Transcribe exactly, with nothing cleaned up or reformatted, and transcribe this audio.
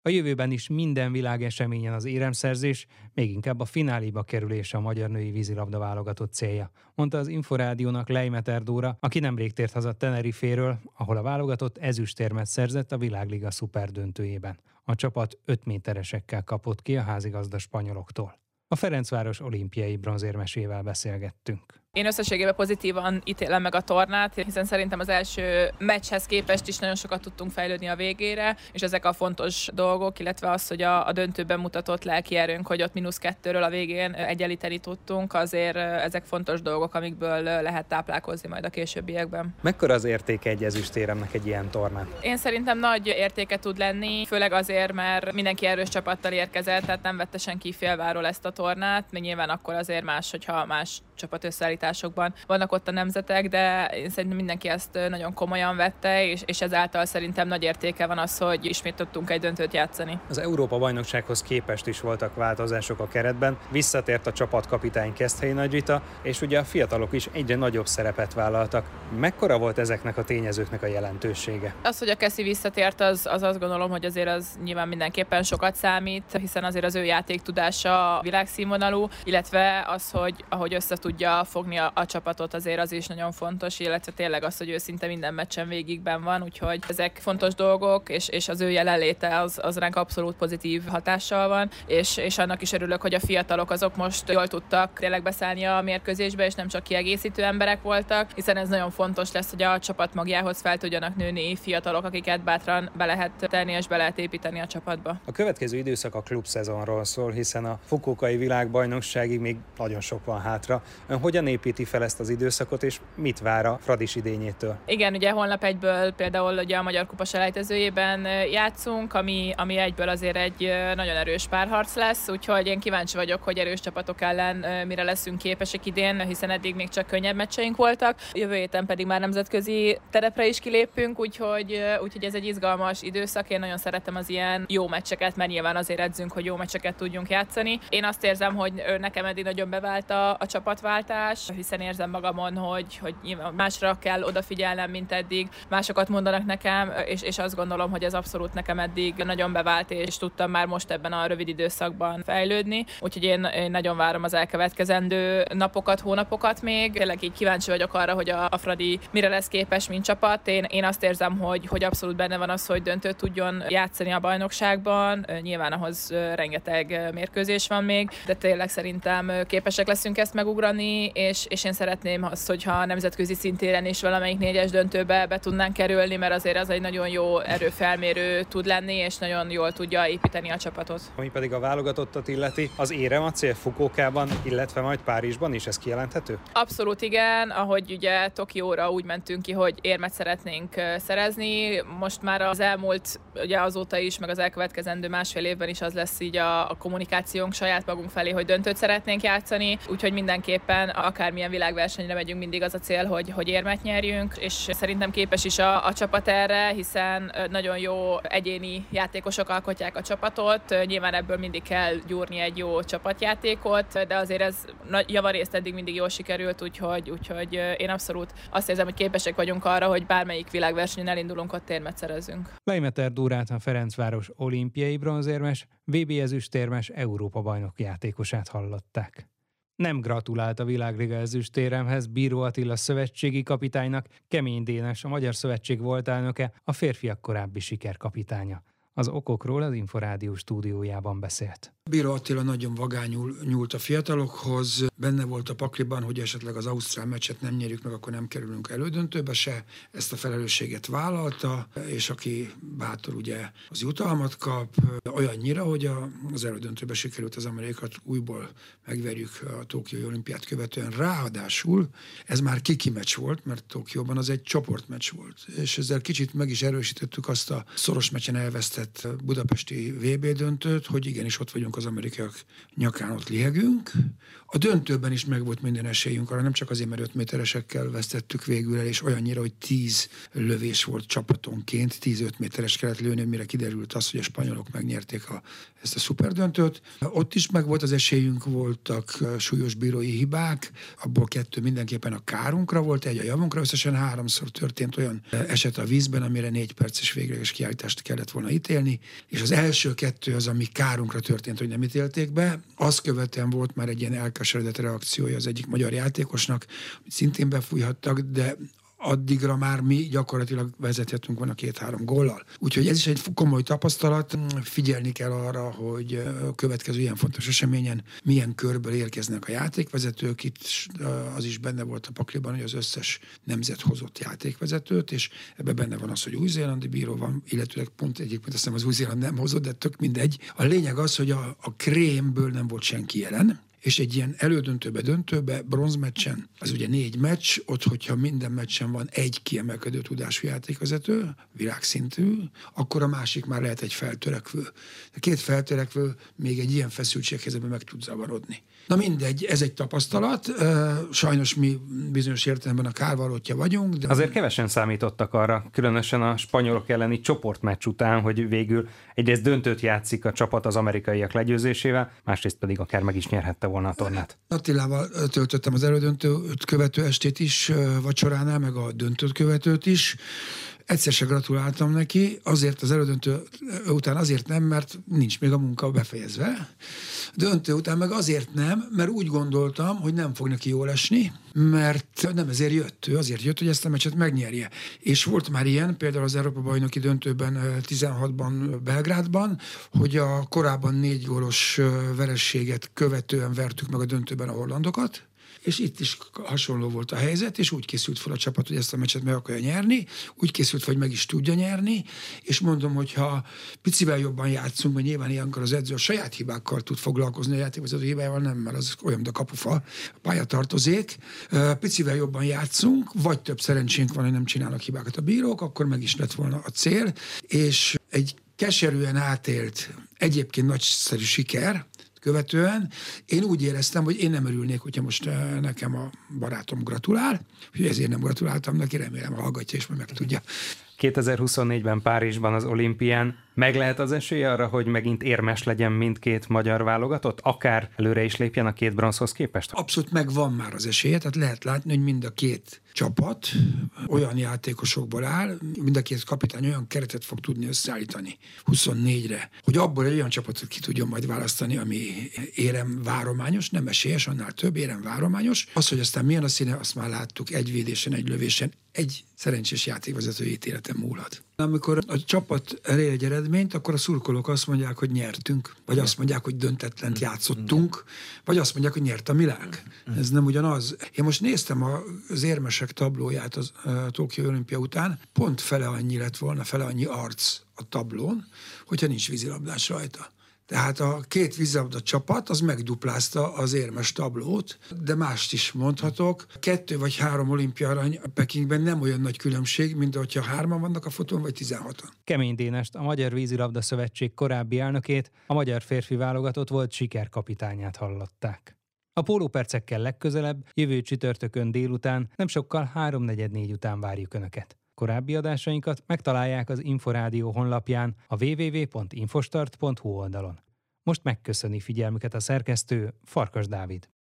A jövőben is minden világeseményen az éremszerzés, még inkább a fináléba kerülése a magyar női vízilabda válogatott célja, mondta az Inforádiónak Leimeter Dóra, aki nemrég tért haza Teneriféről, ahol a válogatott ezüstérmet szerzett a Világliga szuperdöntőjében. A csapat öt méteresekkel kapott ki a házigazda spanyoloktól. A Ferencváros olimpiai bronzérmesével beszélgettünk. Én összességében pozitívan ítélem meg a tornát, hiszen szerintem az első meccshez képest is nagyon sokat tudtunk fejlődni a végére, és ezek a fontos dolgok, illetve az, hogy a, a döntőben mutatott lelki erőnk, hogy ott mínusz kettőről a végén egyenlíteni tudtunk, azért ezek fontos dolgok, amikből lehet táplálkozni majd a későbbiekben. Mekkora az értéke egy ezüstéremnek egy ilyen tornán? Én szerintem nagy értéke tud lenni, főleg azért, mert mindenki erős csapattal érkezett, tehát nem vette senki félváról ezt a tornát, még nyilván akkor azért más, hogyha más csapat összeállításokban vannak ott a nemzetek, de én szerintem mindenki ezt nagyon komolyan vette, és, és ezáltal szerintem nagy értéke van az, hogy ismét tudtunk egy döntőt játszani. Az Európa-bajnoksághoz képest is voltak változások a keretben, visszatért a csapatkapitány Keszthelyi Nagy Rita, és ugye a fiatalok is egyre nagyobb szerepet vállaltak. Mekkora volt ezeknek a tényezőknek a jelentősége? Az, hogy a Keszi visszatért, az, az azt gondolom, hogy azért az nyilván mindenképpen sokat számít, hiszen azért az ő játéktudása világszínvonalú, illetve az, hogy ahogy össze tudja fogni a, a csapatot, azért az is nagyon fontos, illetve tényleg az, hogy ő szinte minden meccsen végigben van, úgyhogy ezek fontos dolgok, és, és az ő jelenléte az, az ránk abszolút pozitív hatással van, és, és annak is örülök, hogy a fiatalok azok most jól tudtak tényleg beszállni a mérkőzésbe, és nem csak kiegészítő emberek voltak, hiszen ez nagyon fontos lesz, hogy a csapat magjához fel tudjanak nőni fiatalok, akiket bátran be lehet tenni és be lehet építeni a csapatba. A következő időszak a klubszezonról szól, hiszen a Fukuokai világbajnokságig még nagyon sok van hátra. Ön hogyan építi fel ezt az időszakot, és mit vár a Fradis idényétől? Igen, ugye holnap egyből például ugye a Magyar Kupa selejtezőjében játszunk, ami, ami egyből azért egy nagyon erős párharc lesz, úgyhogy én kíváncsi vagyok, hogy erős csapatok ellen mire leszünk képesek idén, hiszen eddig még csak könnyebb meccseink voltak. Jövő héten pedig már nemzetközi terepre is kilépünk, úgyhogy, úgyhogy ez egy izgalmas időszak. Én nagyon szeretem az ilyen jó meccseket, mert nyilván azért edzünk, hogy jó meccseket tudjunk játszani. Én azt érzem, hogy nekem eddig nagyon bevált a, a csapatváltás, hiszen érzem magamon, hogy, hogy másra kell odafigyelnem, mint eddig. Másokat mondanak nekem, és, és azt gondolom, hogy ez abszolút nekem eddig nagyon bevált, és tudtam már most ebben a rövid időszakban fejlődni. Úgyhogy én, én nagyon várom az elkövetkezendő napokat, hónapokat még. Tényleg így kíváncsi vagyok arra, hogy a, a Fradi mire lesz képes, mint csapat. Én, én azt érzem, hogy, hogy abszolút benne van az, hogy döntőt tudjon játszani a bajnokságban. Nyilván ahhoz rengeteg mérkőzés van még, de tényleg szerintem képesek leszünk ezt megugrani, és, és én szeretném azt, hogyha a nemzetközi szintéren is valamelyik négyes döntőbe be tudnánk kerülni, mert azért az egy nagyon jó erőfelmérő tud lenni, és nagyon jól tudja építeni a csapatot. Ami pedig a válogatottat illeti, az érem a cél Fukuokában, illetve majd Párizsban is, ez kijelenthető? Abszolút igen, ahogy ugye Tokióra úgy mentünk ki, hogy érmet szeretnénk szerezni. Most már az elmúlt, ugye azóta is, meg az elkövetkezendő másfél évben is az lesz így a, a kommunikációnk saját magunk felé, hogy döntőt szeretnénk játszani, úgyhogy mindenképpen akármilyen világversenyre megyünk, mindig az a cél, hogy, hogy érmet nyerjünk, és szerintem képes is a, a csapat erre, hiszen nagyon jó egyéni játékosok alkotják a csapatot, nyilván ebből mindig kell gyúrni egy jó csapatjátékot, de azért ez javarészt eddig mindig jól sikerült, úgyhogy, úgyhogy én abszolút azt érzem, hogy képesek vagyunk arra, hogy bármelyik világversenyen elindulunk, ott érmet szerezzünk. Leimeter Dórát, a Ferencváros olimpiai bronzérmes, vé bé ezüstérmes Európa-bajnok játékosát hallották. Nem gratulált a Világliga ezüstéremhez Bíró Attila szövetségi kapitánynak, Kemény Dénes, a Magyar Szövetség volt elnöke, a férfiak korábbi sikerkapitánya. Az okokról az Inforádió stúdiójában beszélt. Bíró Attila nagyon vagányul nyúlt a fiatalokhoz, benne volt a pakliban, hogy esetleg az ausztrál meccset nem nyerjük meg, akkor nem kerülünk elődöntőbe se. Ezt a felelősséget vállalta, és aki bátor, ugye az jutalmat kap, olyannyira, hogy a, az elődöntőbe sikerült az amerikaiakat újból megverjük a Tokiói olimpiát követően. Ráadásul ez már kiki meccs volt, mert Tokióban az egy csoportmeccs volt, és ezzel kicsit meg is erősítettük azt a szoros meccsen elvesztett budapesti vé bé döntőt, hogy igenis ott vagyunk az az amerikaiak nyakán, ott lihegünk. A döntőben is megvolt minden esélyünk arra, nem csak azért, mert öt méteresekkel vesztettük végül el, és olyannyira, hogy tíz lövés volt csapatonként, tíz öt méteres kellett lőni, mire kiderült az, hogy a spanyolok megnyerték a, ezt a szuperdöntőt. Ott is megvolt az esélyünk, voltak súlyos bírói hibák, abból kettő mindenképpen a kárunkra volt, egy a javunkra, összesen háromszor történt olyan eset a vízben, amire négy perces végleges kiállítást kellett volna ítélni, és az első kettő az, ami kárunkra történt, hogy nem ítélték be. Azt követően volt már egy ilyen elkeseredett reakciója az egyik magyar játékosnak, amit szintén befújhattak, de addigra már mi gyakorlatilag vezethetünk volna két-három góllal. Úgyhogy ez is egy komoly tapasztalat. Figyelni kell arra, hogy a következő ilyen fontos eseményen milyen körből érkeznek a játékvezetők. Itt az is benne volt a pakliban, hogy az összes nemzet hozott játékvezetőt, és ebben benne van az, hogy új-zélandi bíró van, illetőleg pont egyébként azt hiszem az Új-Zéland nem hozott, de tök mindegy. A lényeg az, hogy a, a krémből nem volt senki jelen, és egy ilyen elődöntőbe, döntőbe, bronzmeccsen, az ugye négy meccs, ott, hogyha minden meccsen van egy kiemelkedő tudású játékvezető, világszintű, akkor a másik már lehet egy feltörekvő. A két feltörekvő még egy ilyen feszültséghelyzetben meg tud zavarodni. Na mindegy, ez egy tapasztalat, sajnos mi bizonyos értelemben a kárvalótja vagyunk. De azért kevesen számítottak arra, különösen a spanyolok elleni csoportmeccs után, hogy végül egyrészt döntőt játszik a csapat az amerikaiak legyőzésével, másrészt pedig akár meg is nyerhette volna a tornát. Attilával töltöttem az elődöntőt követő estét is vacsoránál, meg a döntőt követőt is. Egyszer se gratuláltam neki, azért az elődöntő után azért nem, mert nincs még a munka befejezve. Döntő után meg azért nem, mert úgy gondoltam, hogy nem fog neki jól esni, mert nem ezért jött. Ő azért jött, hogy ezt a meccset megnyerje. És volt már ilyen, például az Európa-bajnoki döntőben tizenhatban Belgrádban, hogy a korábban négy gólos vereséget követően vertük meg a döntőben a hollandokat, és itt is hasonló volt a helyzet, és úgy készült fel a csapat, hogy ezt a meccset meg akarja nyerni, úgy készült fel, hogy meg is tudja nyerni, és mondom, hogy ha picivel jobban játszunk, mert nyilván ilyenkor az edző a saját hibákkal tud foglalkozni, a játékvezető hibájával nem, mert az olyan, mint a kapufa, a pályatartozék. Picivel jobban játszunk, vagy több szerencsénk van, hogy nem csinálnak hibákat a bírók, akkor meg is lett volna a cél, és egy keserűen átélt, egyébként nagyszerű siker követően én úgy éreztem, hogy én nem örülnék, hogyha most nekem a barátom gratulál, hogy ezért nem gratuláltam neki, remélem hallgatja és majd megtudja. kétezer-huszonnégyben Párizsban az olimpián meg lehet az esély arra, hogy megint érmes legyen mindkét magyar válogatott, akár előre is lépjen a két bronzhoz képest? Abszolút megvan már az esélye, tehát lehet látni, hogy mind a két csapat olyan játékosokból áll, mind a két kapitány olyan keretet fog tudni összeállítani huszonnégyre, hogy abból egy olyan csapatot ki tudjon majd választani, ami éremvárományos, nem esélyes, annál több éremvárományos. Az, hogy aztán milyen a színe, azt már láttuk egy védésen, egy lövésen, egy szerencsés játékvezető ítéleten múlhat. Amikor a csapat elér egy eredményt, akkor a szurkolók azt mondják, hogy nyertünk, vagy azt mondják, hogy döntetlent játszottunk, vagy azt mondják, hogy nyert a világ. Ez nem ugyanaz. Én most néztem az érmesek tablóját az Tokió olimpia után, pont fele annyi lett volna, fele annyi arc a tablón, hogyha nincs vízilabdás rajta. Tehát a két vízilabda csapat az megduplázta az érmes tablót, de mást is mondhatok. Kettő vagy három olimpia arany a Pekingben nem olyan nagy különbség, mint hogyha hárman vannak a fotón, vagy tizenhatan. Kemény Dénest, a Magyar Vízilabda Szövetség korábbi elnökét, a magyar férfi válogatott volt sikerkapitányát hallották. A pólópercekkel legközelebb, jövő csütörtökön délután, nem sokkal háromnegyed négy után várjuk Önöket. Korábbi adásainkat megtalálják az Inforádió honlapján, a double-u double-u double-u pont infostart pont hu oldalon. Most megköszöni figyelmüket a szerkesztő, Farkas Dávid.